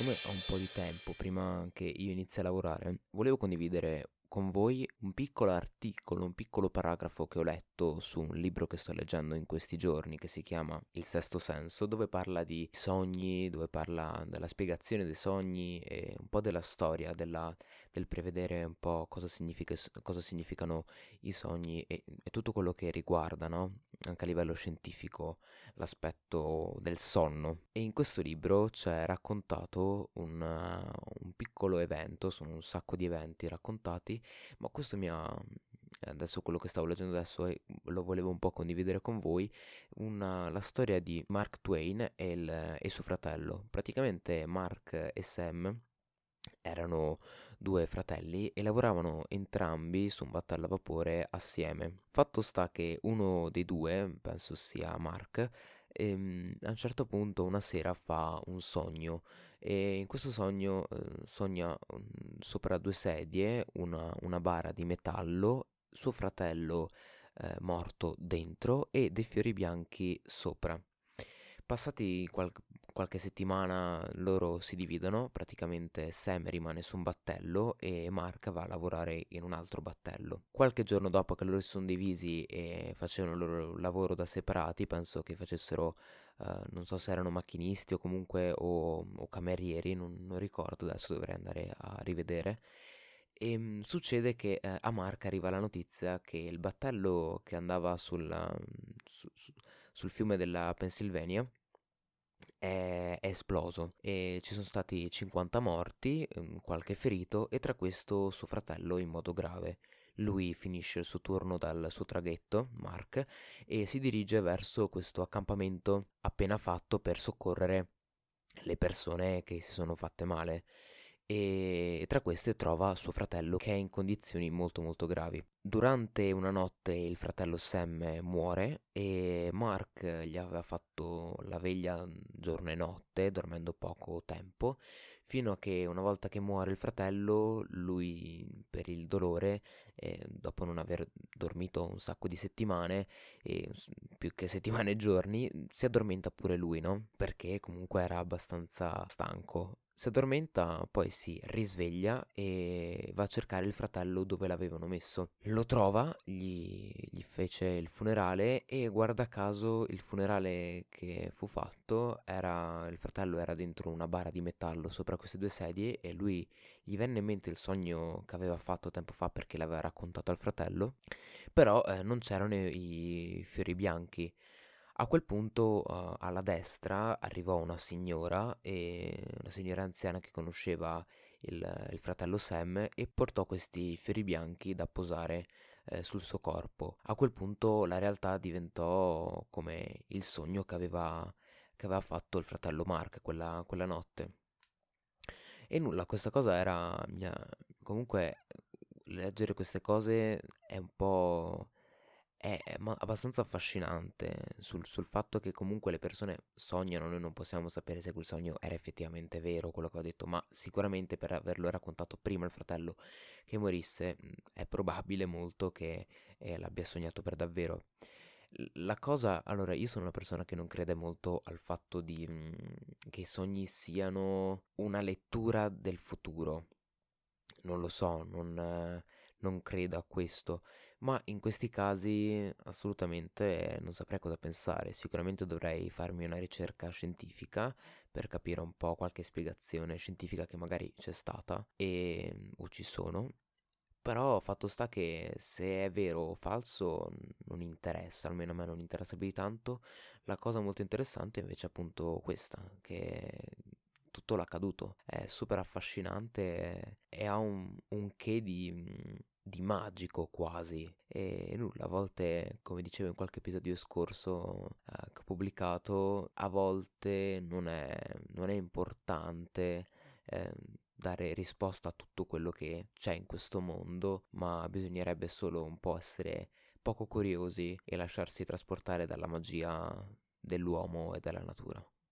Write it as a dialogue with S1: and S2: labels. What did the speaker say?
S1: siccome ho un po' di tempo prima che io inizi a lavorare, volevo condividere con voi un piccolo articolo, un piccolo paragrafo che ho letto su un libro che sto leggendo in questi giorni che si chiama Il Sesto Senso, dove parla di sogni, dove parla della spiegazione dei sogni e un po' della storia, del prevedere un po' cosa significano i sogni e tutto quello che riguarda, no? Anche a livello scientifico l'aspetto del sonno. E in questo libro c'è raccontato un piccolo evento, sono un sacco di eventi raccontati, ma questo mi ha... Adesso quello che stavo leggendo adesso lo volevo un po' condividere con voi, la storia di Mark Twain e suo fratello. Praticamente Mark e Sam erano due fratelli e lavoravano entrambi su un battello a vapore assieme. Fatto sta che uno dei due, penso sia Mark, a un certo punto una sera fa un sogno e in questo sogno sogna sopra due sedie una bara di metallo, suo fratello morto dentro e dei fiori bianchi sopra. Passati qualche settimana loro si dividono, praticamente Sam rimane su un battello e Mark va a lavorare in un altro battello. Qualche giorno dopo che loro si sono divisi e facevano il loro lavoro da separati, penso che facessero, non so se erano macchinisti o comunque o camerieri, non ricordo, adesso dovrei andare a rivedere. Succede che a Mark arriva la notizia che il battello che andava sul fiume della Pennsylvania è esploso e ci sono stati 50 morti, qualche ferito e tra questo suo fratello in modo grave. Lui finisce il suo turno dal suo traghetto, Mark, e si dirige verso questo accampamento appena fatto per soccorrere le persone che si sono fatte male e tra queste trova suo fratello che è in condizioni molto molto gravi. Durante una notte il fratello Sam muore e Mark gli aveva fatto la veglia giorno e notte, dormendo poco tempo, fino a che una volta che muore il fratello, lui per il dolore, dopo non aver dormito un sacco di settimane, più che settimane e giorni, si addormenta pure lui, no? Perché comunque era abbastanza stanco. Si addormenta, poi si risveglia e va a cercare il fratello dove l'avevano messo. Lo trova, gli fece il funerale e guarda caso il funerale che fu fatto era il fratello era dentro una bara di metallo sopra queste due sedie e lui gli venne in mente il sogno che aveva fatto tempo fa perché l'aveva raccontato al fratello, però non c'erano i fiori bianchi. A quel punto, alla destra arrivò una signora anziana che conosceva il fratello Sam e portò questi fiori bianchi da posare sul suo corpo. A quel punto la realtà diventò come il sogno che aveva fatto il fratello Mark quella notte. E nulla, questa cosa comunque leggere queste cose è un po'... abbastanza affascinante sul fatto che comunque le persone sognano, noi non possiamo sapere se quel sogno era effettivamente vero, quello che ho detto, ma sicuramente per averlo raccontato prima il fratello che morisse, è probabile molto che l'abbia sognato per davvero. La cosa, allora, io sono una persona che non crede molto al fatto che i sogni siano una lettura del futuro. Non lo so, non credo a questo, ma in questi casi assolutamente non saprei cosa pensare. Sicuramente dovrei farmi una ricerca scientifica per capire un po' qualche spiegazione scientifica che magari c'è stata o ci sono. Però fatto sta che se è vero o falso non interessa, almeno a me non interessa più di tanto. La cosa molto interessante invece è appunto questa, che tutto l'accaduto è super affascinante e ha un che di magico quasi. E nulla, a volte, come dicevo in qualche episodio scorso che ho pubblicato, a volte non è importante dare risposta a tutto quello che c'è in questo mondo, ma bisognerebbe solo un po' essere poco curiosi e lasciarsi trasportare dalla magia dell'uomo e della natura.